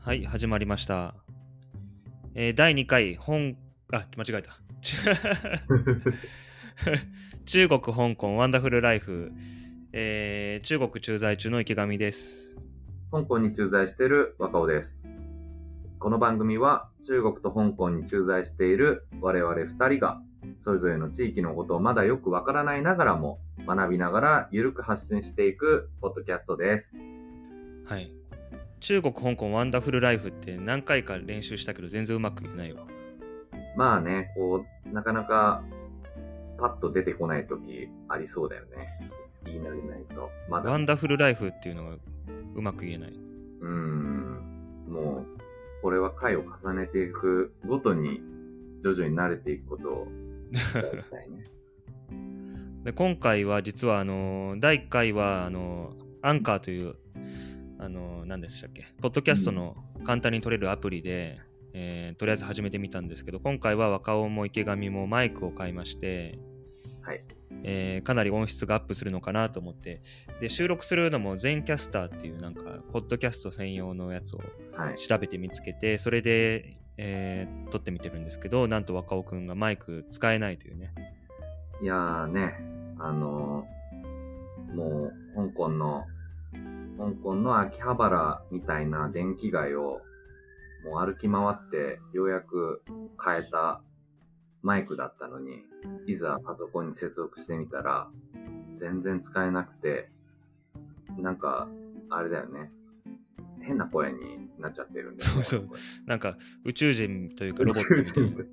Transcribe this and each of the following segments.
はい、始まりました。第2回間違えた。中国、香港、ワンダフルライフ、中国駐在中の池上です。 香港に駐在している若尾です。この番組は中国と香港に駐在している我々2人がそれぞれの地域のことをまだよくわからないながらも学びながらゆるく発信していくポッドキャストです。 はい。中国、香港、ワンダフルライフって何回か練習したけど全然うまく言えないわ。 まあね、なかなかパッと出てこないときありそうだよね。言い慣れないと。まだ。 ワンダフルライフっていうのがうまく言えない。 もう、これは回を重ねていくごとに徐々に慣れていくことをしたいね。 で今回は実は第1回はアンカーという何でしたっけ、ポッドキャストの簡単に撮れるアプリで、とりあえず始めてみたんですけど、今回は若尾も池上もマイクを買いまして、 はい。 かなり音質がアップするのかなと思って、で収録するのもゼンキャスターっていうなんかポッドキャスト専用のやつを調べて見つけて、それで、撮ってみてるんですけど、なんと若尾くんがマイク使えないというね。 いやーね、もう香港の秋葉原みたいな電気街をもう歩き回ってようやく買えたマイクだったのに、いざパソコンに接続してみたら全然使えなくて、なんかあれだよね、変な声になっちゃってるんだよね。 そうなんか宇宙人というかロボットみたいな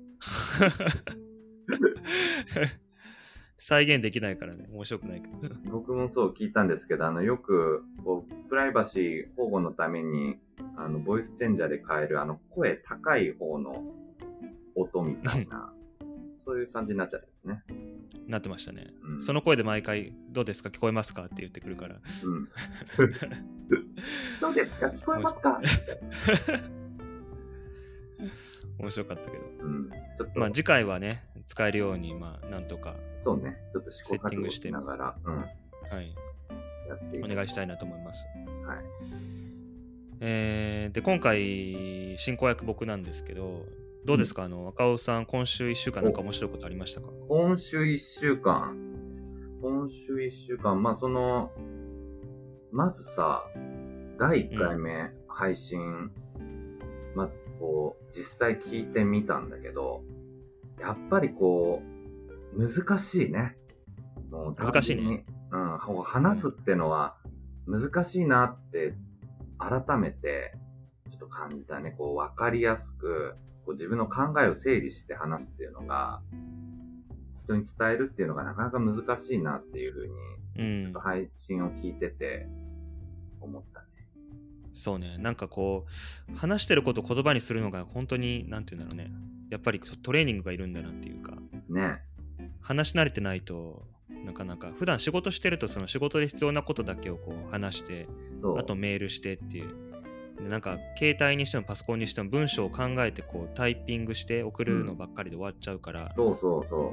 再現できないからね、面白くないけど。 僕もそう聞いたんですけど、よくプライバシー保護のためにボイスチェンジャーで変える声高い方の音みたいなそういう感じになっちゃうんですね。 なってましたね、その声で毎回どうですか聞こえますかって言ってくるから、 どうですか聞こえますか面白かったけど、 ちょっとまあ次回はね使えるようになんとかそうね、ちょっとセッティングしてながら、 はい、 やってお願いしたいなと思います。 はい。 で今回進行役僕なんですけど、どうですか、若尾さん、今週1週間なんか面白いことありましたか？ 今週1週間、まずさ、第1回目配信、まず実際聞いてみたんだけど、やっぱり難しいね。もう難しいね。 話すってのは難しいなって改めてちょっと感じたね。わかりやすく、自分の考えを整理して話すっていうのが、人に伝えるっていうのがなかなか難しいなっていうふうに、ちょっと配信を聞いてて思ったね。 そうね、なんか話してることを言葉にするのが本当に、なんていうんだろうね。やっぱりトレーニングがいるんだなっていうか。 ね。 話し慣れてないと、なかなか、普段仕事してるとその仕事で必要なことだけを話して、あとメールしてっていう。でなんか携帯にしてもパソコンにしても文章を考えてタイピングして送るのばっかりで終わっちゃうから、 そうそうそう、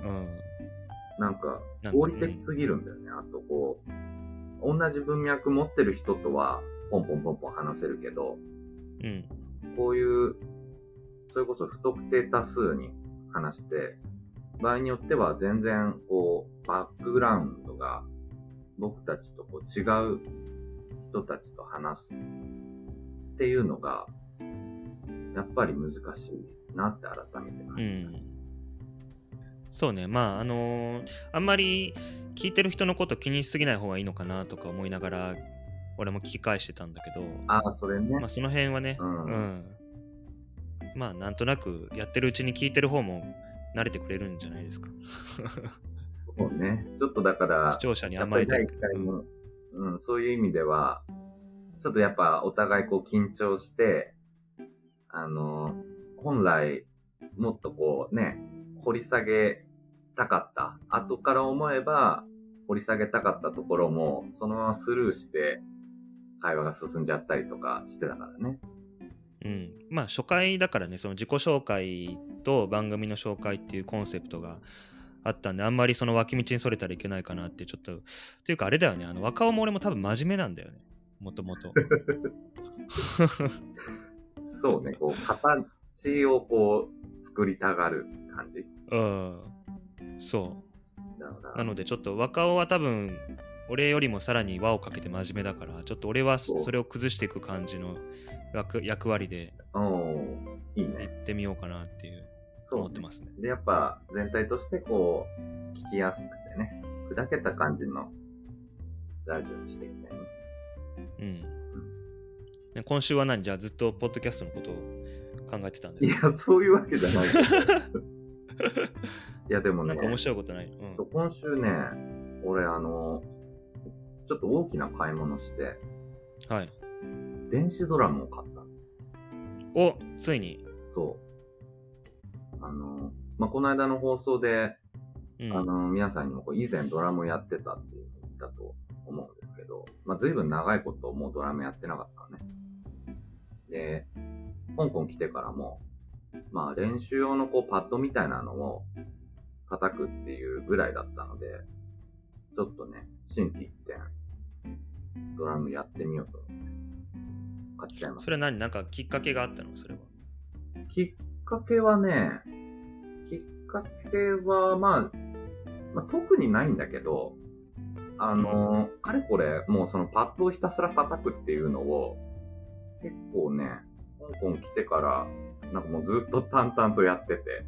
なんか合理的すぎるんだよね。あと同じ文脈持ってる人とはポンポンポンポン話せるけど、こういうそれこそ不特定多数に話して場合によっては全然バックグラウンドが僕たちと違う人たちと話すっていうのがやっぱり難しいなって改めて感じた。 そうね、まああんまり聞いてる人のこと気にしすぎない方がいいのかなとか思いながら俺も聞き返してたんだけど、 それね。 まあその辺はね、まあなんとなくやってるうちに聞いてる方も慣れてくれるんじゃないですか。 そうね。ちょっとだから視聴者に甘えてるけど、そういう意味ではちょっとやっぱお互い緊張して、本来もっと掘り下げたかった。後から思えば掘り下げたかったところもそのままスルーして会話が進んじゃったりとかしてたからね。 まあ初回だからね、その自己紹介と番組の紹介っていうコンセプトがあったんで、あんまりその脇道にそれたらいけないかなってちょっと、というかあれだよね、若尾も俺も多分真面目なんだよね、もともと。 そうね、こう、形をこう、作りたがる感じ。 うん。そう。なので、ちょっと若尾は多分、俺よりもさらに輪をかけて真面目だから、ちょっと俺はそれを崩していく感じの役割で、 いいね。 行ってみようかなっていう思ってますね。 で、やっぱ全体としてこう、聞きやすくてね、砕けた感じのラジオにしていきたいね。 うん。今週はじゃあずっとポッドキャストのことを考えてたんですか？いや、そういうわけじゃないけど。いや、でもね。 なんか面白いことない？ そう、今週ね、俺ちょっと大きな買い物して、 はい。 電子ドラムを買った。 お、ついに。 そう。この間の放送で、皆さんにも以前ドラムやってたって言ったと思うんですけど、随分長いこともうドラムやってなかったね。で、香港来てからも、練習用のパッドみたいなのを叩くっていうぐらいだったので、ちょっとね、心機一転、ドラムやってみようと思って買っちゃいました。 それはなんかきっかけがあったの？それは。 きっかけは特にないんだけど、かれこれ、もうそのパッドをひたすら叩くっていうのを、結構ね、香港来てから、なんかもうずっと淡々とやってて。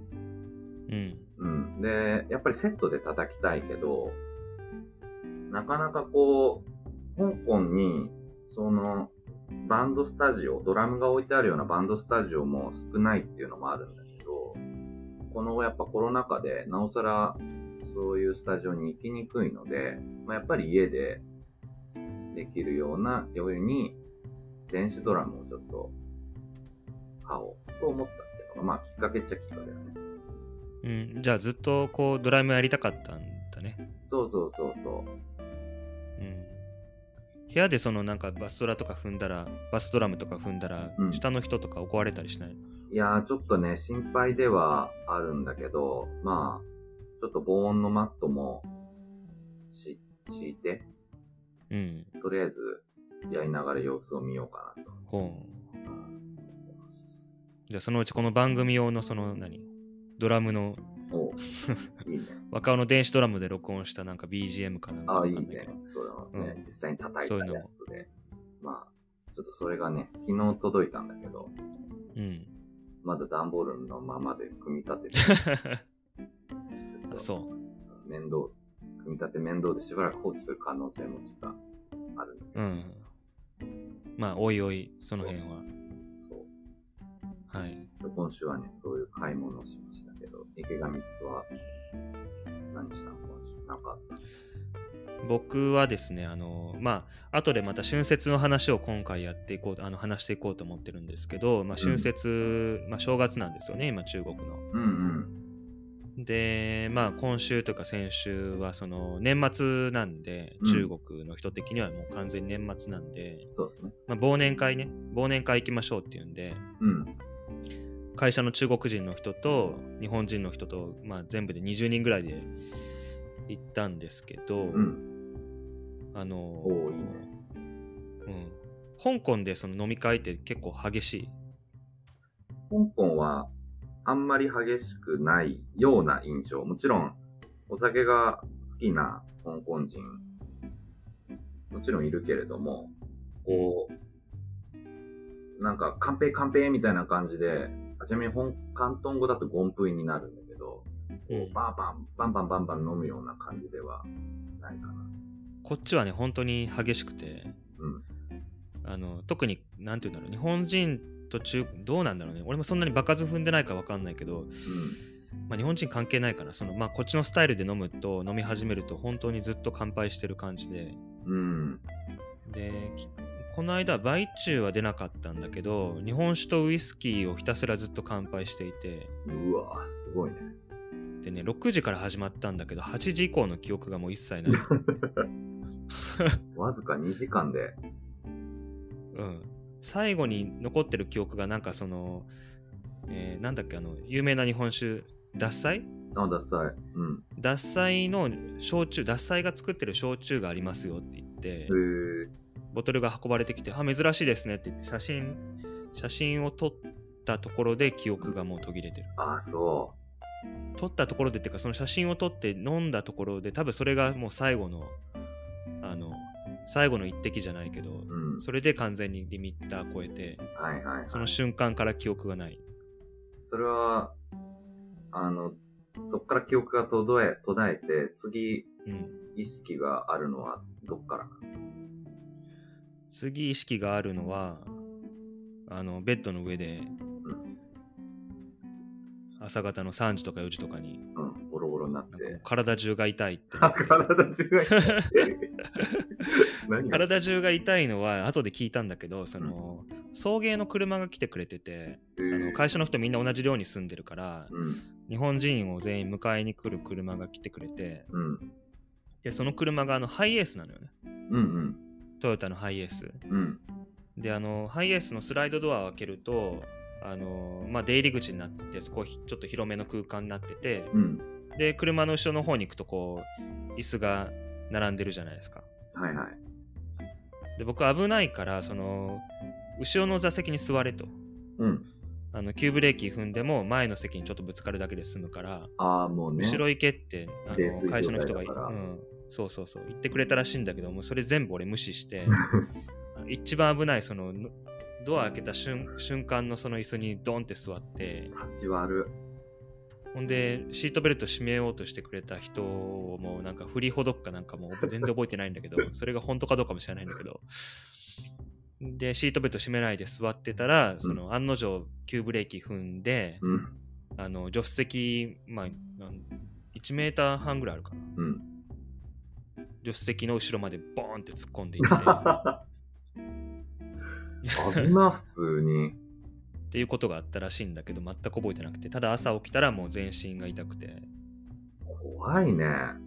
で、やっぱりセットで叩きたいけど、なかなか香港に、バンドスタジオ、ドラムが置いてあるようなバンドスタジオも少ないっていうのもあるんだけど、このやっぱコロナ禍で、なおさらそういうスタジオに行きにくいので、やっぱり家でできるような余裕に、電子ドラムをちょっと買おうと思ったっていうのが、きっかけっちゃきっかけだね。 じゃあずっとドラムやりたかったんだね。 そう。 部屋でなんかバスドラムとか踏んだら、下の人とか怒られたりしない？ いやー、ちょっとね、心配ではあるんだけど、ちょっと防音のマットも敷いて、とりあえずやりながら様子を見ようかなと。 じゃあそのうちこの番組用のドラムのいいね。 若尾の電子ドラムで録音したなんか BGM かなんか。 いいね。そうだね。実際に叩いたやつで。ちょっとそれがね、昨日届いたんだけど、まだ段ボールのままで組み立てて。 そう。 組み立て面倒でしばらく放置する可能性もちょっとある。 おいおい、その辺は。 そう。 はい。 今週はね、そういう買い物をしましたけど、池上は何したの？今週なんかあった？ 僕はですね、後でまた春節の話を今回話していこうと思ってるんですけど、春節、正月なんですよね、今中国の。で、今週というか先週は年末なんで、中国の人的にはもう完全に年末なんで、忘年会行きましょうっていうんで、会社の中国人の人と日本人の人と、全部で20人ぐらいで行ったんですけど、いいね。香港で飲み会って結構激しい？ 香港はあんまり激しくないような印象。もちろんお酒が好きな香港人もちろんいるけれども、なんかカンペイみたいな感じで、ちなみに広東語だとゴンプイになるんだけど、バンバン飲むような感じではないかな。 こっちはね、本当に激しくて、特に、なんていうんだろう、日本人とどうなんだろうね。俺もそんなに場数踏んでないか分かんないけど、日本人関係ないから、こっちのスタイルで飲み始めると、本当にずっと乾杯してる感じで、で、この間、売中は出なかったんだけど、日本酒とウイスキーをひたすらずっと乾杯していて、 うわぁ、すごいね。 でね、6時から始まったんだけど、8時以降の記憶がもう一切ない。 わずか2時間で。 最後に残ってる記憶がなんかなんだっけ、有名な日本酒、獺祭？ 獺祭。 獺祭の焼酎、獺祭が作ってる焼酎がありますよって言って、ボトルが運ばれてきて、珍しいですねって言って写真写真を撮ったところで記憶がもう途切れてる。 ああ、そ撮ったところでっていうか、その写真を撮って飲んだところで、多分それがもう最後の一滴じゃないけど、 うん、 それで完全にリミッター超えて、 はいはいはい、 その瞬間から記憶がない。 それはそっから記憶が途絶えて、次、意識があるのはどっからなの？ 次意識があるのはベッドの上で、朝方の3時とか4時とかに、 ボロボロになって体中が痛いって体中が痛い体中が痛いのは後で聞いたんだけど、その、送迎の車が来てくれてて、会社の人みんな同じ寮に住んでるから、日本人を全員迎えに来る車が来てくれて、でその車がハイエースなのよね、トヨタのハイエース、でハイエースのスライドドアを開けると出入り口になってて、そこちょっと広めの空間になってて、で車の後ろの方に行くとこう椅子が並んでるじゃないですか。 はいはい。 で僕危ないからその後ろの座席に座れと、急ブレーキ踏んでも前の席にちょっとぶつかるだけで済むから、 もうね、 後ろ行けって会社の人が、そう言ってくれたらしいんだけども、それ全部俺無視して一番危ないそのドア開けた瞬間のその椅子にドンって座って、 立ち悪。 ほんでシートベルト締めようとしてくれた人をもうなんか振りほどくかなんかもう全然覚えてないんだけどそれが本当かどうかも知らないんだけど、でシートベルト締めないで座ってたら、その案の定急ブレーキ踏んで、助手席、1メーター半ぐらいあるかな、助手席の後ろまでボーンって突っ込んでいって危な、普通にっていうことがあったらしいんだけど、全く覚えてなくて、ただ朝起きたらもう全身が痛くて。 怖いね。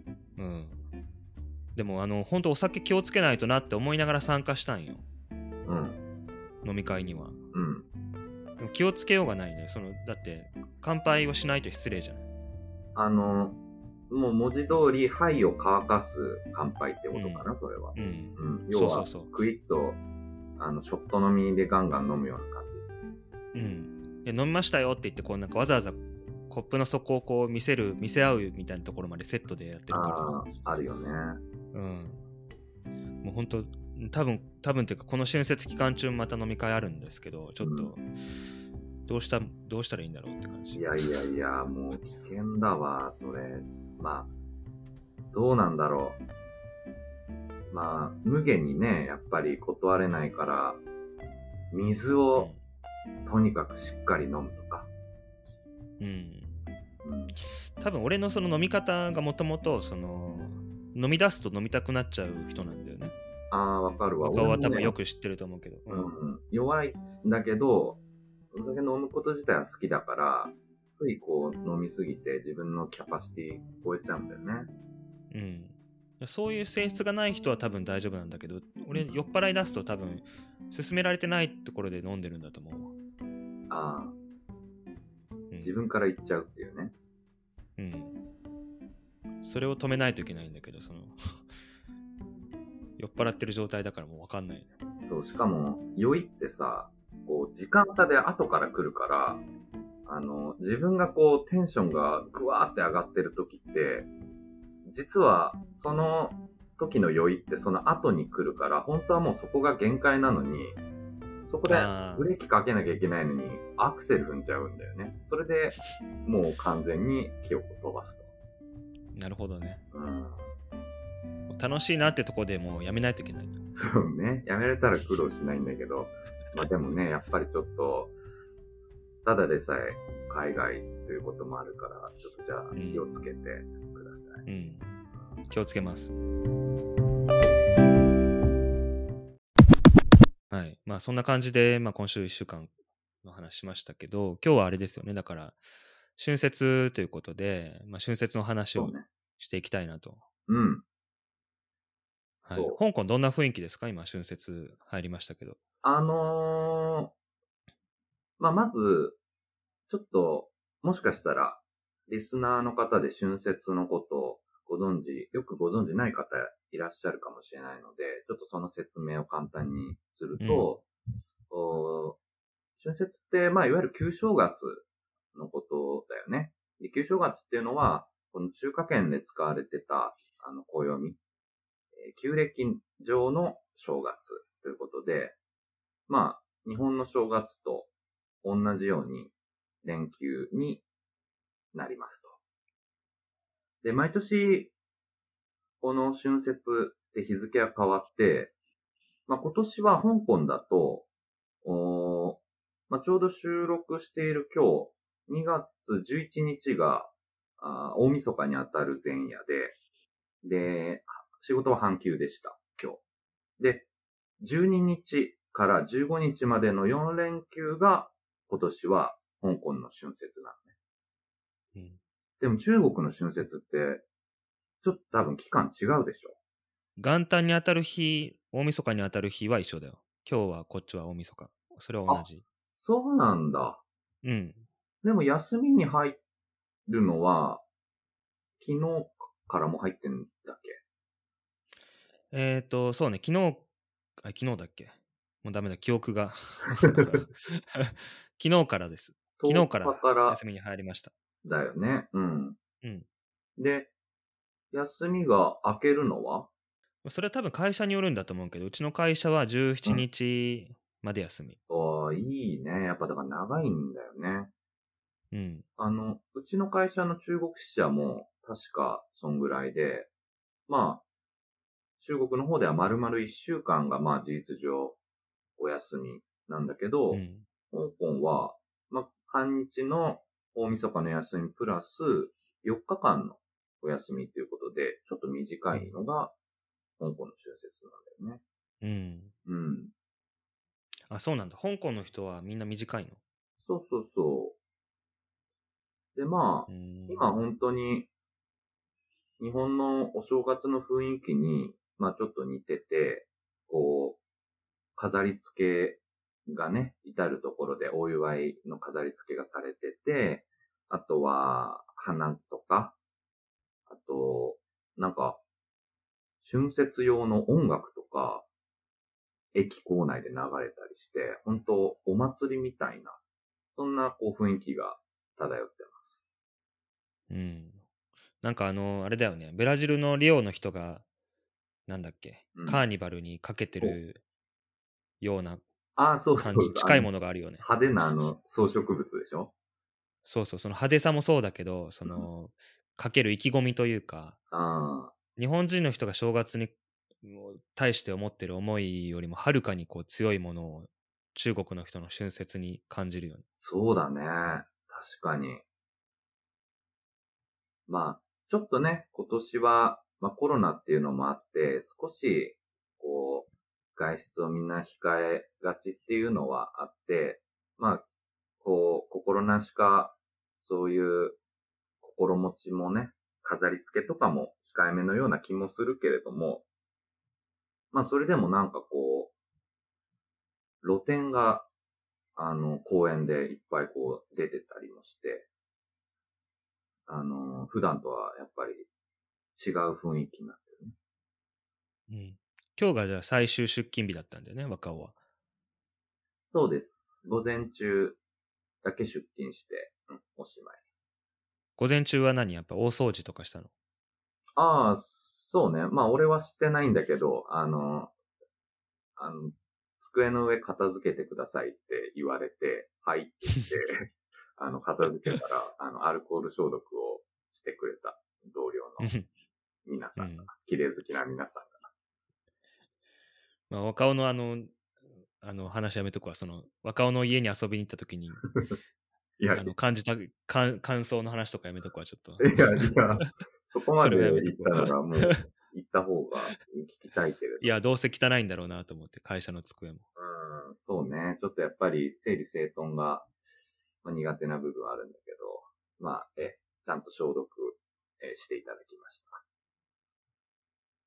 でも本当お酒気をつけないとなって思いながら参加したんよ、飲み会には。でも気をつけようがないね。だって乾杯をしないと失礼じゃん。 もう文字通り灰を乾かす乾杯ってことかな、それは。要はクイッとショット飲みでガンガン飲むような感じ。 で飲みましたよって言って、こうなんかわざわざコップの底をこう見せ合うみたいなところまでセットでやってるから。 あるよね。 もう本当多分っていうか、この春節期間中また飲み会あるんですけど、ちょっとどうしたらいいんだろうって感じ。 いやもう危険だわそれ。どうなんだろう。無限にね、やっぱり断れないから水をとにかくしっかり飲むとか。 多分俺のその飲み方がもともと飲み出すと飲みたくなっちゃう人なんだよね。 わかるわ。 他は多分よく知ってると思うけど。 弱いんだけど、お酒飲むこと自体は好きだから、ついこう飲みすぎて自分のキャパシティ超えちゃうんだよね。 そういう性質がない人は多分大丈夫なんだけど、俺酔っ払い出すと多分勧められてないところで飲んでるんだと思う。 自分から言っちゃうっていうね。 それを止めないといけないんだけど、酔っ払ってる状態だからもう分かんない。 そう、しかも酔いってさ、こう時間差で後から来るから、自分がこうテンションがグワーって上がってる時って、実はその時の酔いってその後に来るから、本当はもうそこが限界なのに、そこでブレーキかけなきゃいけないのにアクセル踏んじゃうんだよね。それでもう完全に記憶を飛ばすと。 なるほどね。楽しいなってとこでもうやめないといけない。 そうね。やめれたら苦労しないんだけど、でもね、やっぱりちょっとただでさえ海外ということもあるから、ちょっとじゃあ気をつけてください。 気をつけます。はい。そんな感じで、今週1週間の話しましたけど、今日はあれですよね。だから春節ということで、春節の話をしていきたいなと。はい。香港どんな雰囲気ですか？今春節入りましたけど。 まずちょっともしかしたらリスナーの方で春節のことをよくご存知ない方いらっしゃるかもしれないので、ちょっとその説明を簡単にすると、 春節って、まあ、いわゆる旧正月のことだよね。で、旧正月っていうのは、この中華圏で使われてた、暦、旧暦上の正月ということで、まあ、日本の正月と同じように連休になりますと。で、毎年、この春節で日付が変わって、まあ、今年は香港だと、まあ、ちょうど収録している今日、2月11日が、大晦日に当たる前夜で、仕事は半休でした、今日。で、12日から15日までの4連休が、今年は香港の春節なのね。でも中国の春節って、ちょっと多分期間違うでしょ。 元旦に当たる日、大晦日に当たる日は一緒だよ。今日はこっちは大晦日。それは同じ。 そうなんだ。 うん。 でも休みに入るのは、昨日からも入ってんだっけ？そうね、昨日だっけ？もうダメだ、記憶が。昨日からです。昨日から休みに入りました。 だよね。うん。 うん。 で、休みが明けるのは？ それは多分会社によるんだと思うけど、うちの会社は17日まで休み。 いいね。やっぱだから長いんだよね。 うん。 うちの会社の中国支社も確かそんぐらいで、まあ、中国の方では丸々1週間がまあ事実上お休みなんだけど、香港は、まあ、半日の大晦日の休みプラス4日間のお休みということで、ちょっと短いのが香港の春節なんだよね。うん。 あ、そうなんだ。香港の人はみんな短いの？ そうそうそう。で、まあ、今本当に日本のお正月の雰囲気に、まあちょっと似てて、こう、飾り付けがね、至るところでお祝いの飾り付けがされてて、あとは、花とか、あと、なんか、春節用の音楽とか、駅構内で流れたりして、本当お祭りみたいな、そんなこう雰囲気が漂ってます。 うん。なんかあれだよね。ブラジルのリオの人が、なんだっけ、カーニバルにかけてるようなそうそうそう。 近いものがあるよね。 派手な装飾物でしょ？ そうそう、その派手さもそうだけど、かける意気込みというか、日本人の人が正月に対して思ってる思いよりもはるかにこう強いものを中国の人の春節に感じるよね。 そうだね。確かに。まあ、ちょっとね、今年は、まあコロナっていうのもあって、少し、こう、外出をみんな控えがちっていうのはあって、まあ、こう、心なしか、そういう心持ちもね、飾り付けとかも控えめのような気もするけれども、まあそれでもなんかこう、露店が、公園でいっぱいこう出てたりもして、普段とはやっぱり違う雰囲気になってるね。 うん。今日がじゃあ最終出勤日だったんだよね、若尾は。 そうです。午前中だけ出勤して、おしまい。 午前中は何？やっぱ大掃除とかしたの？ そうね。まあ俺はしてないんだけど、机の上片付けてくださいって言われて、はいって言って、片付けたら、アルコール消毒をしてくれた同僚の皆さんが、綺麗好きな皆さんが。 まあ、若尾の話やめとくわ。若尾の家に遊びに行った時に、感じた感想の話とかやめとくわ、ちょっと。 いや、そこまで言ったならもう、行った方が聞きたいけれど。 いや、どうせ汚いんだろうなと思って、会社の机も。 そうね。ちょっとやっぱり整理整頓が、苦手な部分はあるんだけど、ちゃんと消毒、していただきました。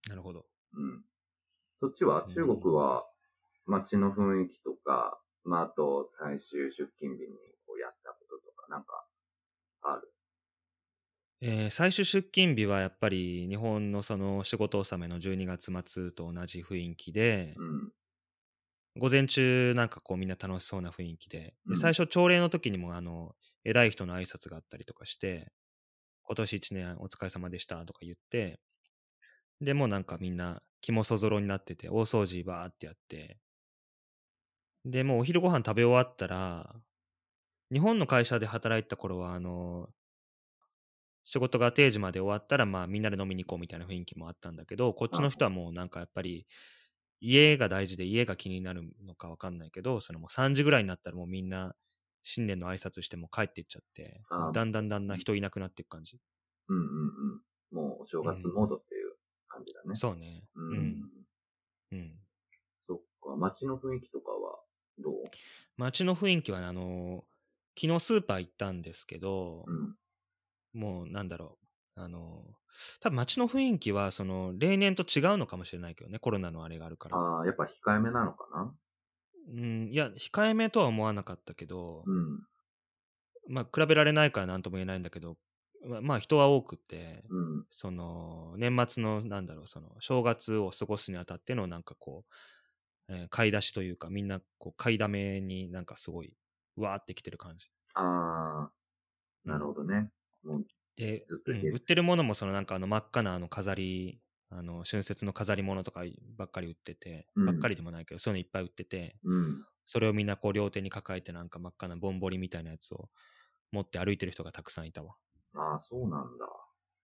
なるほど。 そっちは、中国は街の雰囲気とか、あと最終出勤日にこうやったこととかなんかある？最終出勤日はやっぱり日本のその仕事納めの12月末と同じ雰囲気で、 午前中なんかこうみんな楽しそうな雰囲気で、 うん最初朝礼の時にも偉い人の挨拶があったりとかして、今年1年お疲れ様でしたとか言って、でもうなんかみんな肝そぞろになってて、大掃除バーってやって、でもうお昼ご飯食べ終わったら、日本の会社で働いてた頃は仕事が定時まで終わったらまあみんなで飲みに行こうみたいな雰囲気もあったんだけど、こっちの人はもうなんかやっぱり家が大事で家が気になるのかわかんないけど、そのもう3時ぐらいになったらもうみんな新年の挨拶しても帰っていっちゃって、もうだんだんだんだん人いなくなっていく感じ。 うんうんうん。もうお正月モードっていう感じだね。 そうね。 うん。 うん。 そっか。街の雰囲気とかはどう？ 街の雰囲気はね、昨日スーパー行ったんですけど、もうなんだろう。多分街の雰囲気は、例年と違うのかもしれないけどね、コロナのあれがあるから。 ああ、やっぱ控えめなのかな？ うん、いや、控えめとは思わなかったけど、 うん。 まあ、比べられないから何とも言えないんだけど、まあ、人は多くて、 うん。 年末の、正月を過ごすにあたっての、なんかこう、買い出しというか、みんな、こう、買いだめになんかすごい、わーって来てる感じ。 ああ、なるほどね。もうで、 ずっと売ってるものも、なんか真っ赤な飾り、春節の飾り物とかばっかり売ってて、ばっかりでもないけど、そういうのいっぱい売ってて、それをみんなこう両手に抱えてなんか真っ赤なぼんぼりみたいなやつを持って歩いてる人がたくさんいたわ。 ああ、そうなんだ。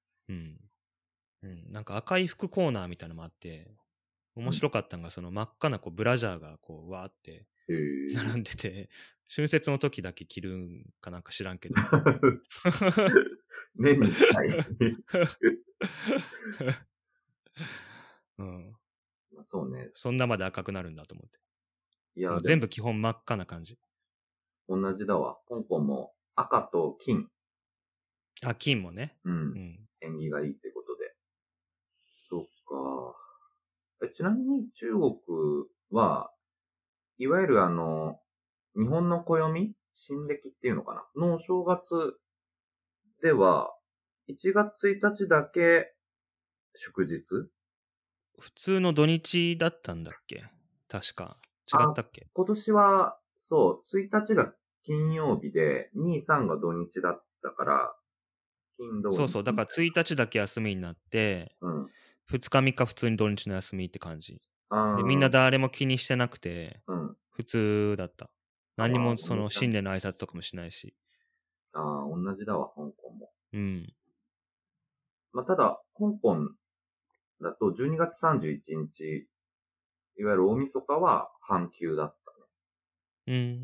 なんか赤い服コーナーみたいなのもあって、面白かったのが、真っ赤なこうブラジャーがこう、わーって並んでて、春節の時だけ着るんかなんか知らんけど。 年に1回。 うん。 そうね。 そんなまで赤くなるんだと思って。 いや、 全部基本真っ赤な感じ。 同じだわ。香港も赤と金。 あ、金もね。 縁起がいいってことで。そっか。ちなみに中国は、いわゆる日本の暦新暦っていうのかなの正月では、1月1日だけ祝日？ 普通の土日だったんだっけ？確か。違ったっけ？ 今年は、そう、1日が金曜日で、2、3が土日だったから、金土日。 そうそう、だから1日だけ休みになって、2日3日普通に土日の休みって感じ。で、みんな誰も気にしてなくて、普通だった。何にも新年の挨拶とかもしないし。 ああ、同じだわ、香港も。 まあ、ただ、香港だと12月31日、いわゆる大晦日は半休だったね。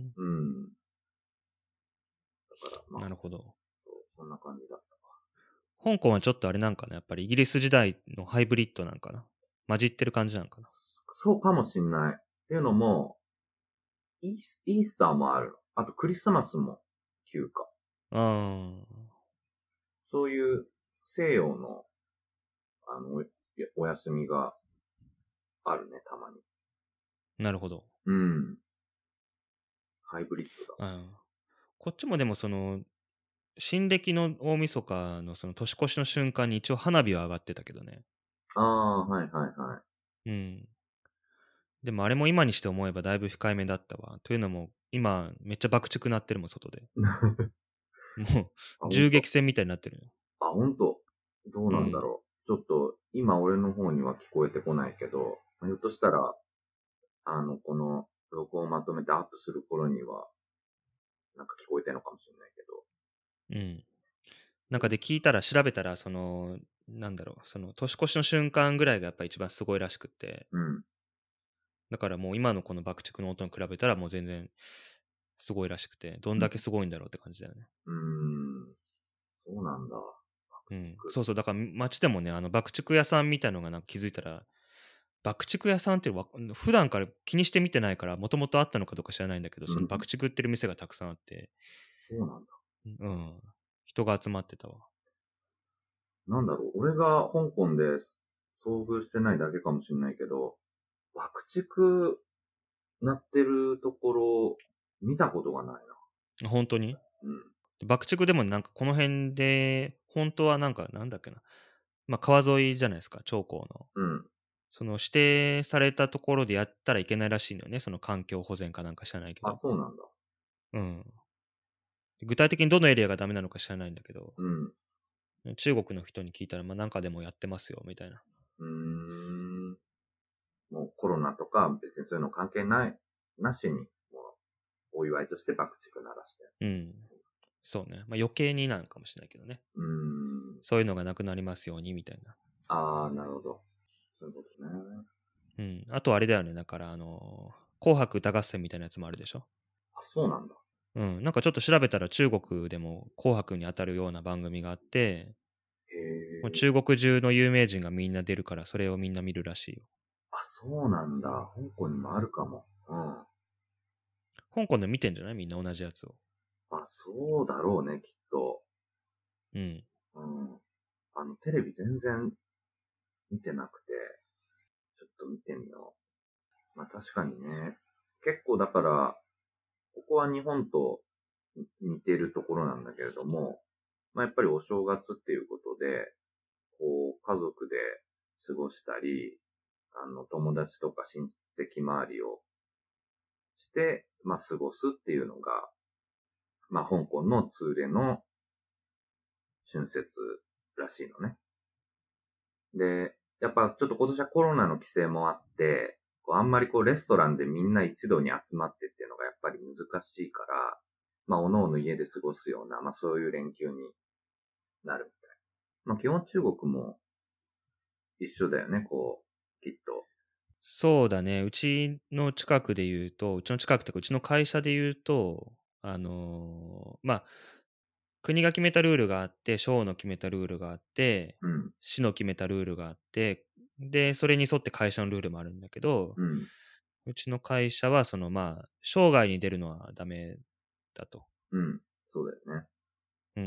だから、 なるほど。 そんな感じだった。 香港はちょっとあれなんかな、やっぱりイギリス時代のハイブリッドなんかな。混じってる感じなんかな。 そうかもしんない。っていうのも、イースターもある。あとクリスマスも休暇。そういう西洋の、お休みがあるね、たまに。 なるほど。 ハイブリッドだ。 こっちもでも新暦の大晦日の年越しの瞬間に一応花火は上がってたけどね。 ああ、はいはいはい。 でもあれも今にして思えばだいぶ控えめだったわ。というのも、今めっちゃ爆竹鳴ってるもん、外で。もう、銃撃戦みたいになってるよ。 あ、ほんと？どうなんだろう。ちょっと、今俺の方には聞こえてこないけど、ひょっとしたら、この録音をまとめてアップする頃には、なんか聞こえてるのかもしれないけど。 なんかで聞いたら、調べたら、なんだろう、年越しの瞬間ぐらいがやっぱ一番すごいらしくって。だからもう今のこの爆竹の音に比べたらもう全然すごいらしくて、どんだけすごいんだろうって感じだよね。 そうなんだ。 そうそう、だから街でもね、爆竹屋さんみたいのがなんか気づいたら、爆竹屋さんって普段から気にして見てないから、もともとあったのかどうか知らないんだけど、その爆竹売ってる店がたくさんあって、 そうなんだ。 人が集まってたわ。 なんだろう、俺が香港で遭遇してないだけかもしれないけど、爆竹鳴ってるところ見たことがないな。本当に？爆竹でもなんかこの辺で、本当はなんか、なんだっけな。まあ川沿いじゃないですか、長江の。 その指定されたところでやったらいけないらしいのよね。その環境保全かなんか知らないけど。 あ、そうなんだ。 うん。具体的にどのエリアがダメなのか知らないんだけど、 うん。 中国の人に聞いたら、まあなんかでもやってますよ、みたいな。 もうコロナとか別にそういうの関係ない、なしに、もうお祝いとして爆竹鳴らして。 うん。そうね。まあ余計になるかもしれないけどね。そういうのがなくなりますように、みたいな。 ああ、なるほど。そういうことね。 うん。あとあれだよね。だから、紅白歌合戦みたいなやつもあるでしょ。 あ、そうなんだ。 うん。なんかちょっと調べたら中国でも紅白に当たるような番組があって、もう中国中の有名人がみんな出るから、それをみんな見るらしいよ。 あ、そうなんだ。香港にもあるかも。うん。 香港で見てんじゃないみんな同じやつを。 あ、そうだろうね、きっと。 うん。 うん。テレビ全然見てなくて、ちょっと見てみよう。まあ確かにね。結構だから、ここは日本と似てるところなんだけれども、まあやっぱりお正月っていうことで、こう、家族で過ごしたり、友達とか親戚周りをして、まあ過ごすっていうのが、まあ香港の通例の春節らしいのね。で、やっぱちょっと今年はコロナの規制もあって、あんまりこうレストランでみんな一度に集まってっていうのがやっぱり難しいから、まあ、おのおの家で過ごすような、まあそういう連休になるみたい。まあ基本中国も一緒だよね、こう、きっと。 そうだね。うちの近くで言うと、うちの近くというか、うちの会社で言うと、まあ、国が決めたルールがあって、省の決めたルールがあって、 うん。 市の決めたルールがあって、で、それに沿って会社のルールもあるんだけど、 うん。 うちの会社は、まあ、省外に出るのはダメだと。 うん。そうだよね。 うん。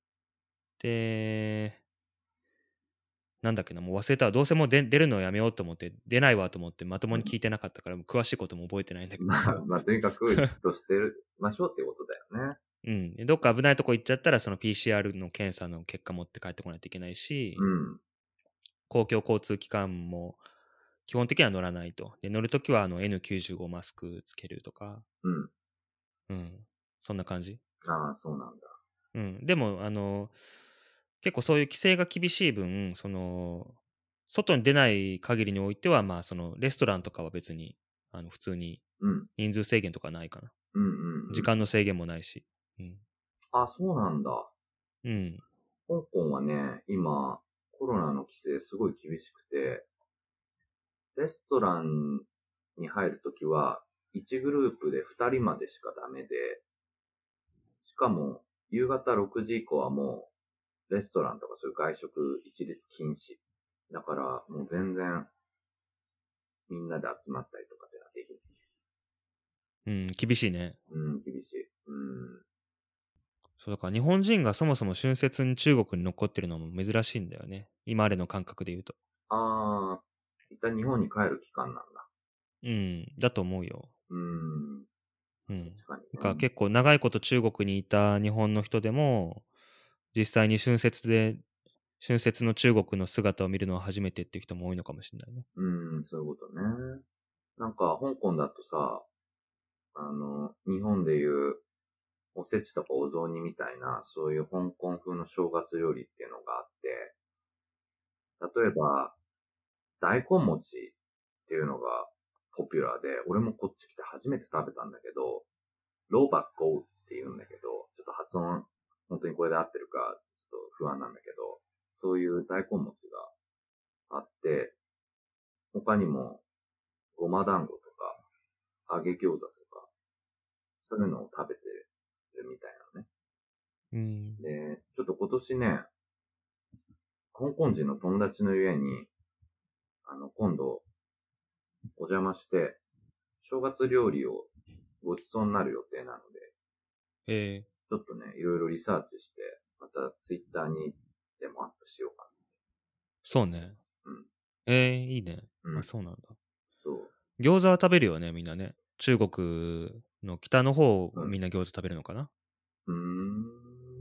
で、なんだっけな、もう忘れたわ。どうせもう出るのをやめようと思って、出ないわと思って、まともに聞いてなかったから、詳しいことも覚えてないんだけど。 まあとにかく、としてましょうっていうことだよね。 うん。どっか危ないとこ行っちゃったら、その PCR の検査の結果持って帰ってこないといけないし、 うん。 公共交通機関も基本的には乗らないと。で、乗るときはN95 マスクつけるとか、 うん。 うん。そんな感じ。 ああ、そうなんだ。 うん。でも、結構そういう規制が厳しい分、外に出ない限りにおいては、まあ、レストランとかは別に、普通にうん。 人数制限とかないかな。 うんうんうん。 時間の制限もないし。うん。 あ、そうなんだ。 うん。 香港はね、今、コロナの規制すごい厳しくて、レストランに入るときは、1グループで2人までしかダメで、しかも、夕方6時以降はもう、レストランとかそういう外食一律禁止。だから、もう全然、みんなで集まったりとかってのはできうん、厳しいね。 うん、厳しい。うん。 そうだから日本人がそもそも春節に中国に残ってるのも珍しいんだよね。今までの感覚で言うと。 あー、一旦日本に帰る期間なんだ。 うん、だと思うよ。 うん。 うん。 確かにね。 だから結構長いこと中国にいた日本の人でも、実際に春節の中国の姿を見るのは初めてっていう人も多いのかもしれないね。 うん、そういうことね。なんか、香港だとさ、日本でいうおせちとかお雑煮みたいな、そういう香港風の正月料理っていうのがあって、例えば、大根餅っていうのがポピュラーで、俺もこっち来て初めて食べたんだけど、ローバッコウって言うんだけど、ちょっと発音、本当にこれで合ってるか、ちょっと不安なんだけど、そういう大根餅があって、他にも、ごま団子とか、揚げ餃子とか、そういうのを食べてるみたいなのね。 うん。 で、ちょっと今年ね、香港人の友達の家に、今度、お邪魔して、正月料理をごちそうになる予定なので、ちょっとね、いろいろリサーチして、またツイッターにでもアップしようかな。 そうね。 うん。 いいね。 うん、 あ、そうなんだ。 そう。 餃子は食べるよね、みんなね。中国の北の方、 うん、 みんな餃子食べるのかな。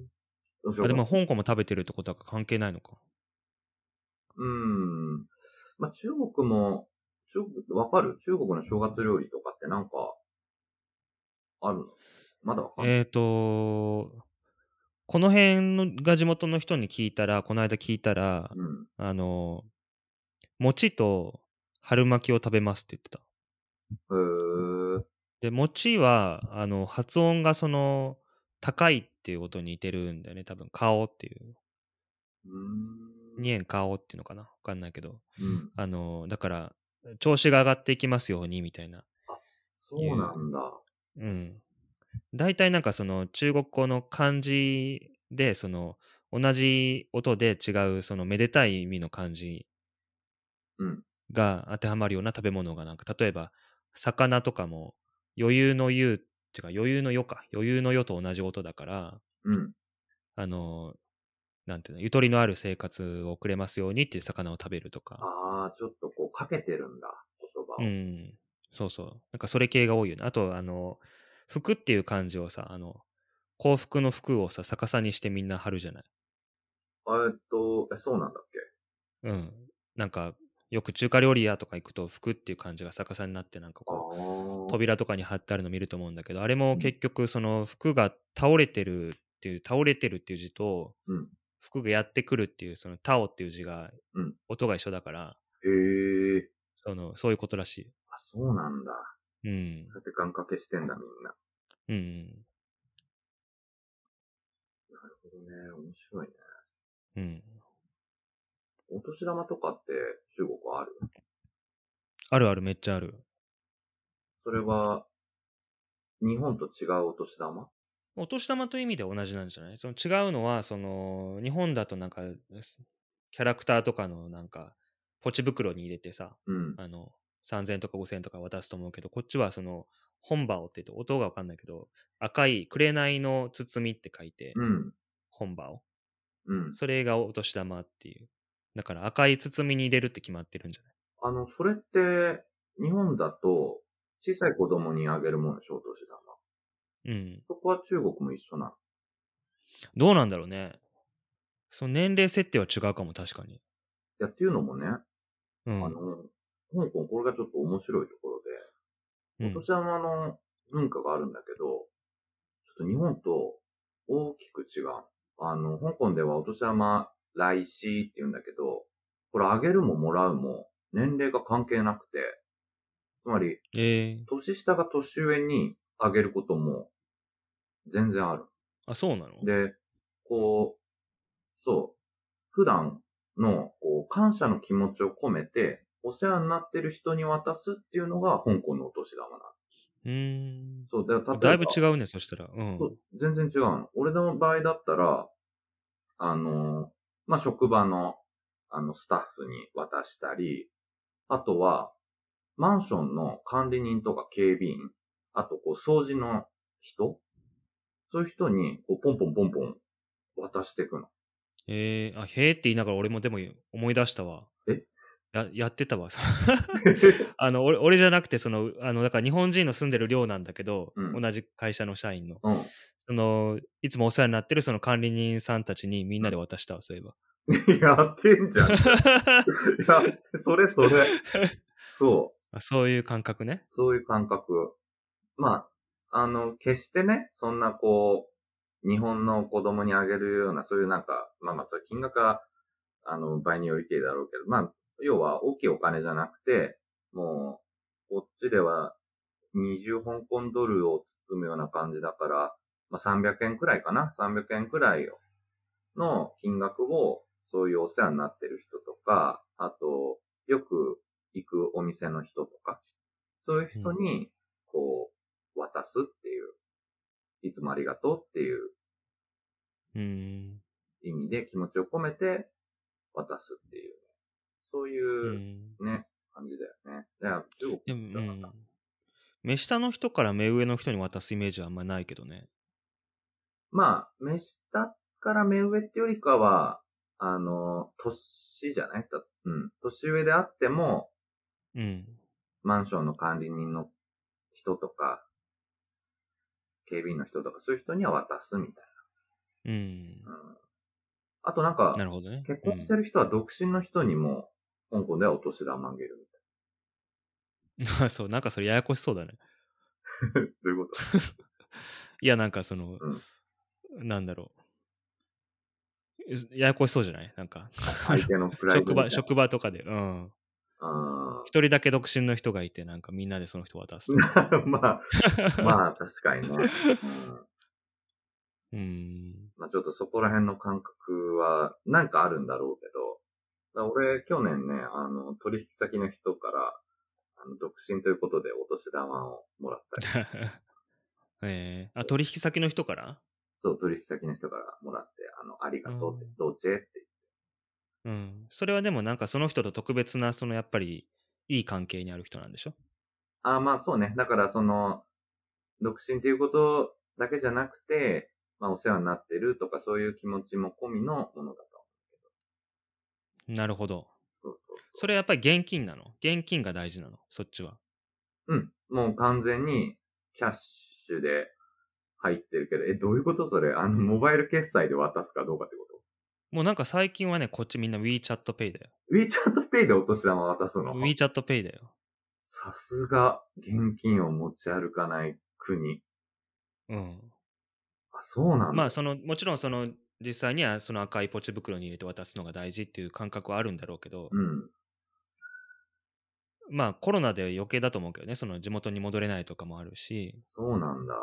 どうしようあ、でか。 も香港も食べてるってことは関係ないのか。 うん。 まあ、中国も、わかる？中国の正月料理とかってなんか、あるの？まだわかんない。 この辺が地元の人に聞いたら、この間聞いたら、 うん。 餅と春巻きを食べますって言ってた。 へー。 で、餅は、発音が高いっていう音に似てるんだよね。多分、顔っていう。二円顔っていうのかなわかんないけど。 うん。 だから、調子が上がっていきますように、みたいな。 あ、そうなんだ。 うん。大体なんか中国語の漢字で、同じ音で違う、めでたい意味の漢字うん。 が当てはまるような食べ物がなんか、例えば、魚とかも、余裕の湯っていうか、余裕の世か。余裕の世と同じ音だから、 うん。 あの、なんていうの、ゆとりのある生活を送れますようにっていう魚を食べるとか。 ああ、ちょっとこう、かけてるんだ。言葉を。 うん。そうそう。なんかそれ系が多いよね。あと、服っていう漢字をさ、幸福の服をさ、逆さにしてみんな貼るじゃない。 そうなんだっけ？ うん。なんか、よく中華料理屋とか行くと、服っていう漢字が逆さになって、なんかあこう、 あ。 扉とかに貼ってあるの見ると思うんだけど、あれもうん。 結局、服が倒れてるっていう、倒れてるっていう字と、 うん。 服がやってくるっていう、タオっていう字が、 うん。 音が一緒だから、 へえ。 そういうことらしあ、そうなんだ。 い。うん。 そうやって願掛けしてんだ、みんな。 うん。 なるほどね。面白いね。 うん。 お年玉とかって中国ある？ あるある、めっちゃある。 それは、日本と違うお年玉？ お年玉という意味では同じなんじゃない？違うのは、日本だとなんか、キャラクターとかのなんか、ポチ袋に入れてさ、 うん。 3000円とか5000円とか渡すと思うけど、こっちは本場をって言って、音がわかんないけど、赤い紅の包みって書いて、 うん。 本場を。 うん。 それがお年玉っていう。だから赤い包みに入れるって決まってるんじゃない？ それって、日本だと、小さい子供にあげるものでしょ、お年玉。 うん。 そこは中国も一緒なの？ どうなんだろうね。その年齢設定は違うかも、確かに。 いや、っていうのもね、 うん。 あの、香港、これがちょっと面白いところで、 うん。 お年玉の文化があるんだけど、ちょっと日本と大きく違う。香港ではお年玉、来シって言うんだけど、これあげるももらうも年齢が関係なくて、つまり、年下が年上にあげることも全然ある。 あ、そうなの？ で、こう、そう、普段のこう感謝の気持ちを込めて、お世話になってる人に渡すっていうのが香港のお年玉なの。そう、だから例えば、 だいぶ違うね、そしたら。うん。 全然違うの。俺の場合だったら、まあ、職場の、スタッフに渡したり、あとは、マンションの管理人とか警備員、あと、こう、掃除の人、そういう人に、こう、ポンポンポンポン渡していくの。 へえって言いながら俺もでも思い出したわ。 えやってたわ。俺じゃなくて、だから日本人の住んでる寮なんだけど、 うん。 同じ会社の社員の。 うん。 いつもお世話になってるその管理人さんたちにみんなで渡したわ、そういえば。 やってんじゃん。やって、それ。そう。 そういう感覚ね。 そういう感覚。まあ、決してね、そんなこう、日本の子供にあげるような、そういうなんか、まあまあ、そういう金額は、場合によりけりだろうけど、まあ、要は大きいお金じゃなくて、もう、こっちでは20香港ドルを包むような感じだから、まあ300円くらいかな？ 300 円くらいの金額を、そういうお世話になってる人とか、あと、よく行くお店の人とか、そういう人に、こう、渡すっていう、いつもありがとうっていう意味で気持ちを込めて渡すっていう、そういうね、感じだよね。だから中国も一緒なんだ。 目下の人から目上の人に渡すイメージはあんまないけどね。 まあ、目下から目上ってよりかは、年じゃない？うん。年上であっても、 うん。 マンションの管理人の人とか、警備員の人とか、そういう人には渡すみたいな。あとなんか、 なるほどね。 結婚してる人は独身の人にも香港ではお年玉あげるみたいな。そう、なんかそれややこしそうだね。 どういうこと？ いや、なんかその、なんだろう。ややこしそうじゃない？なんか相手のプライドみたいな。 職場とかで、一人だけ独身の人がいて、なんかみんなでその人渡す。 まあ確かにね。まあちょっとそこら辺の感覚はなんかあるんだろうけど、俺去年ね、取引先の人から、独身ということでお年玉をもらったり。 取引先の人から？ そう、取引先の人からもらって、ありがとうって、どっちって言って。 それはでもなんかその人と特別な、やっぱりいい関係にある人なんでしょ？ まあそうね。だから独身っていうことだけじゃなくて、まあお世話になってるとかそういう気持ちも込みのものだと思うけど。なるほど。 そう。 それやっぱり現金なの？現金が大事なの？そっちは。 もう完全にキャッシュで入ってるけど、どういうことそれ？モバイル決済で渡すかどうかってこと？ もうなんか最近はね、こっちみんな WeChat Pay だよ。 WeChat Pay でお年玉渡すの？ WeChat Pay だよ。 さすが、現金を持ち歩かない国。そうなんだ。 まあもちろん実際にはその赤いポチ袋に入れて渡すのが大事っていう感覚はあるんだろうけど、まあコロナで余計だと思うけどね、その地元に戻れないとかもあるし。 そうなんだ。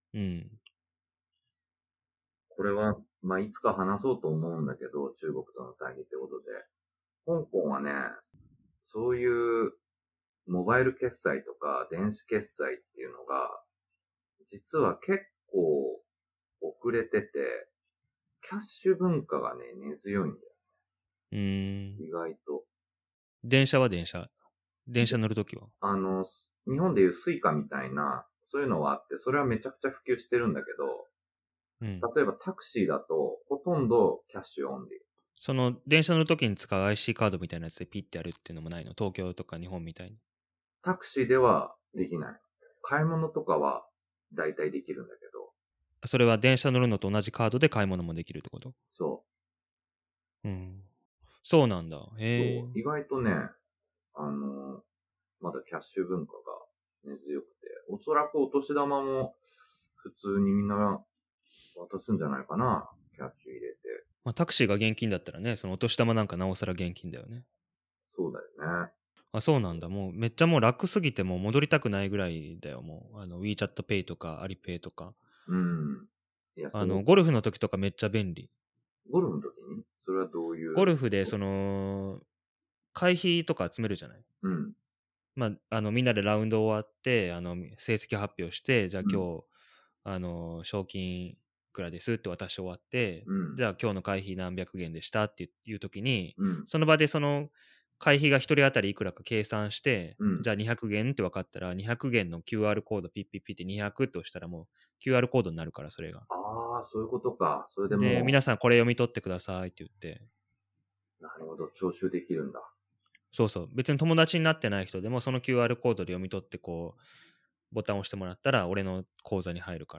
これは、まあ、いつか話そうと思うんだけど、中国との対比ってことで。香港はね、そういうモバイル決済とか電子決済っていうのが、実は結構遅れてて、キャッシュ文化がね、根強いんだよね。意外と。 電車乗るときは日本でいうスイカみたいな、そういうのはあって、それはめちゃくちゃ普及してるんだけど、例えばタクシーだと、ほとんどキャッシュオンリー。 その電車乗るときに使う IC カードみたいなやつでピッてやるっていうのもないの？東京とか日本みたいに。 タクシーではできない。買い物とかは大体できるんだけど。 それは電車乗るのと同じカードで買い物もできるってこと？ そう。 そうなんだ。 意外とね、まだキャッシュ文化が根強くて、おそらくお年玉も普通にみんな渡すんじゃないかな、キャッシュ入れて。 まあ、タクシーが現金だったらね、そのお年玉なんかなおさら現金だよね。 そうだよね。 そうなんだ。もうめっちゃもう楽すぎてもう戻りたくないぐらいだよ。もうWeChat Pay とかアリペイとか。いやゴルフの時とかめっちゃ便利。 ゴルフの時に？それはどういう？ ゴルフで会費とか集めるじゃない？まあみんなでラウンド終わって成績発表して、じゃあ今日、賞金いくらですって渡し終わって、じゃあ今日の会費何百元でしたっていう時に、その場でその会費が1人当たりいくらか計算して、じゃあ200元って分かったら200元の QR コードピッピッピって200って押したらもう QR コードになるから、それが。 そういうことか。それでもで皆さんこれ読み取ってくださいって言って。 なるほど、徴収できるんだ。 そうそう。別に友達になってない人でもその QR コードで読み取ってこうボタンを押してもらったら俺の口座に入るから。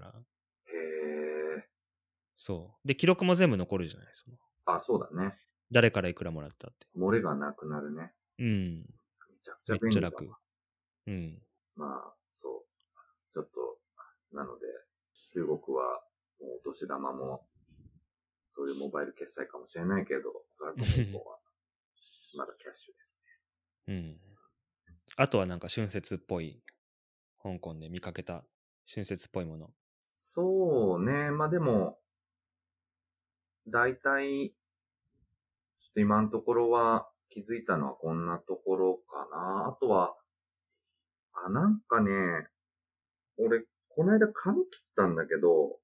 そう。で記録も全部残るじゃないですか。 そうだね。 誰からいくらもらったって。 漏れがなくなるね。めちゃくちゃ便利だ。めっちゃ楽。まあ、そう。ちょっと、なので、中国はもうお年玉も、そういうモバイル決済かもしれないけど、それは香港は、まだキャッシュですね。あとはなんか春節っぽい、香港で見かけた春節っぽいもの。 そうね。まあでも、大体、今のところは気づいたのはこんなところかな。あとは、なんかね、俺、この間髪切ったんだけど、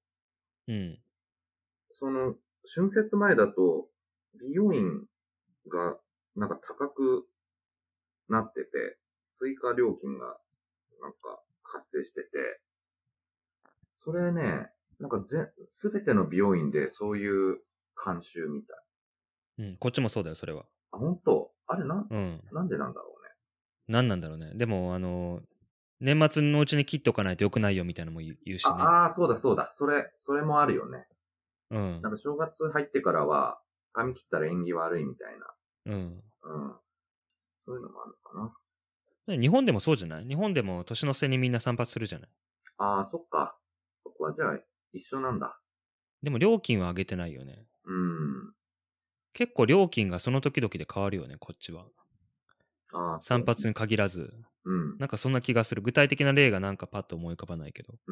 その、春節前だと、美容院がなんか高くなってて、追加料金がなんか発生してて、それね、なんかすべての美容院でそういう慣習みたい。こっちもそうだよ、それは。 本当？あれなんでなんだろうね。 何なんだろうね。でも、年末のうちに切っておかないと良くないよみたいなのも言うしね。 そうだ。それもあるよね。なんか正月入ってからは、髪切ったら縁起悪いみたいな。 そういうのもあるのかな。 日本でもそうじゃない？日本でも年の瀬にみんな散髪するじゃない？ ああ、そっか。そこはじゃあ一緒なんだ。 でも料金は上げてないよね。結構料金がその時々で変わるよね、こっちは。 ああ、 散髪に限らず。なんかそんな気がする。具体的な例がなんかパッと思い浮かばないけど。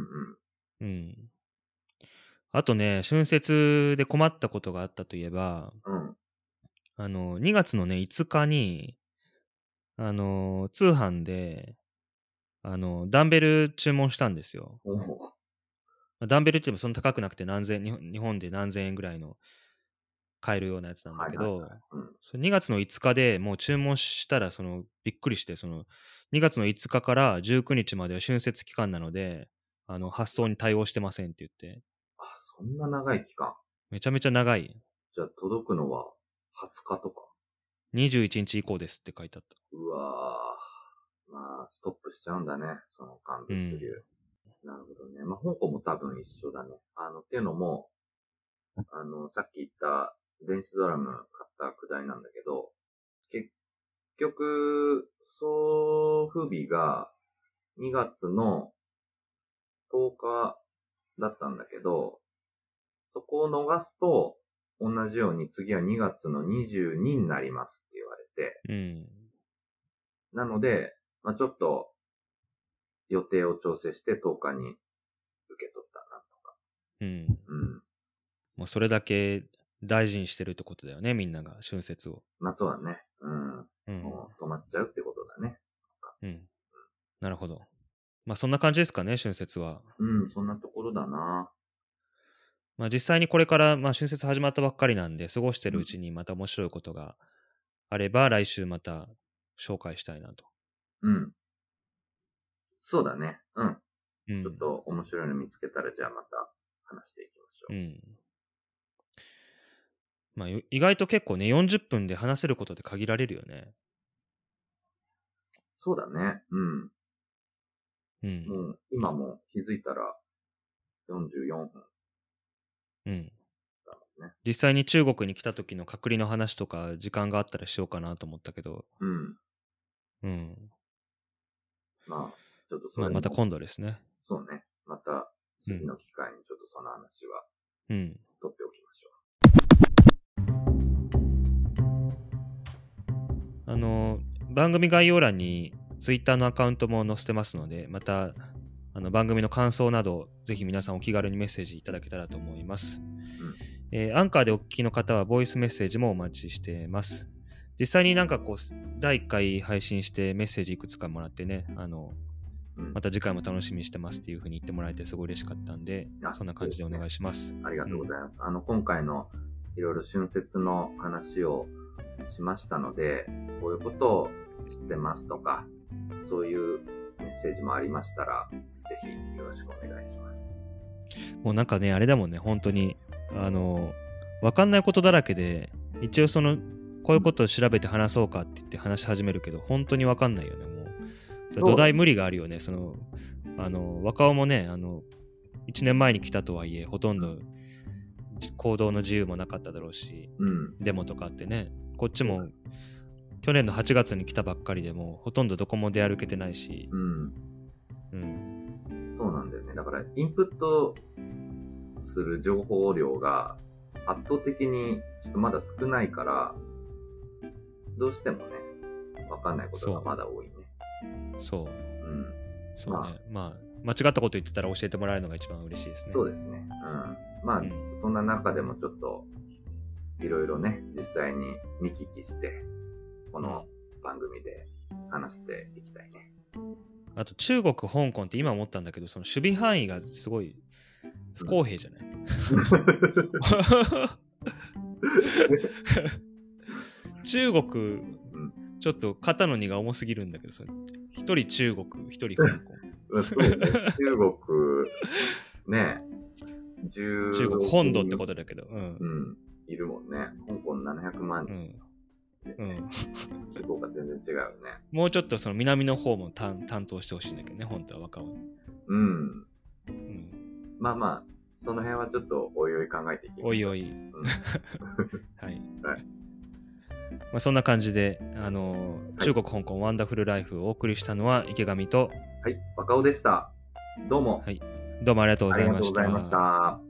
あとね、春節で困ったことがあったといえば、2月のね、5日に、通販で、ダンベル注文したんですよ。ダンベルって言ってもそんな高くなくて日本で何千円ぐらいの買えるようなやつなんだけど、2月の5日でもう注文したらびっくりして、2月の5日から19日までは春節期間なので、発送に対応してませんって言って。 あ、そんな長い期間。 めちゃめちゃ長い。 じゃあ届くのは20日とか 21日以降ですって書いてあった。 うわぁ。まあ、ストップしちゃうんだね。その間物流。なるほどね。まあ、香港も多分一緒だね。っていうのも、さっき言った電子ドラム買ったくだりなんだけど、結局、送付日が2月の10日だったんだけど、そこを逃すと、同じように次は2月の22になりますって言われて、なので、まあ、ちょっと予定を調整して10日に受け取ったなとか。 もうそれだけ大事にしてるってことだよね、みんなが春節を。 まあそうだね。もう止まっちゃうってことだね。 なるほど。まあそんな感じですかね、春節は。 そんなところだな。 まあ実際にこれから、まあ春節始まったばっかりなんで、過ごしてるうちにまた面白いことがあれば、来週また紹介したいなと。 そうだね。ちょっと面白いの見つけたら、じゃあまた話していきましょう。 まあ意外と結構ね、40分で話せることで限られるよね。 そうだね。もう今も気づいたら44分。 実際に中国に来た時の隔離の話とか時間があったらしようかなと思ったけど。 まあ、ちょっとそれまた今度ですね。 そうね。また次の機会にちょっとその話は取っておきましょう。番組概要欄に Twitter のアカウントも載せてますので、また番組の感想などぜひ皆さんお気軽にメッセージいただけたらと思います。アンカーでお聞きの方はボイスメッセージもお待ちしています。実際になんかこう第1回配信してメッセージいくつかもらってね、また次回も楽しみにしてますっていう風に言ってもらえてすごい嬉しかったんで、そんな感じでお願いします。 ありがとうございます。今回のいろいろ春節の話をしましたので、こういうことを知ってますとか、そういうメッセージもありましたら、ぜひよろしくお願いします。 もうなんかね、あれだもんね、本当に、わかんないことだらけで、一応こういうことを調べて話そうかって言って話し始めるけど、本当にわかんないよね、もう。土台無理があるよね。若尾もね、1年前に来たとはいえ、ほとんど行動の自由もなかっただろうし、デモとかあってね、こっちも去年の8月に来たばっかりでも、ほとんどどこも出歩けてないし。 そうなんだよね。だから、インプットする情報量が圧倒的にちょっとまだ少ないから、どうしてもね、わかんないことがまだ多いね。 そうね。まあ、間違ったこと言ってたら教えてもらえるのが一番嬉しいですね。 そうですね。そんな中でもちょっと、いろいろね、実際に見聞きして、この番組で話していきたいね。 あと、中国、香港って今思ったんだけど、その守備範囲がすごい不公平じゃない？中国、ちょっと肩の荷が重すぎるんだけどさ、一人中国、一人香港。 そうね、中国、ね、 中国本土ってことだけど、 いるもんね。香港700万人。規模が全然違うよね。 もうちょっとその南の方も担当してほしいんだけどね、本当は若者。 まあまあ、その辺はちょっとおいおい考えていきましょう。 おいおい。はい。 そんな感じで、中国、香港ワンダフルライフをお送りしたのは池上と、 はい、若尾でした。どうも。 はい、どうもありがとうございました。 ありがとうございました。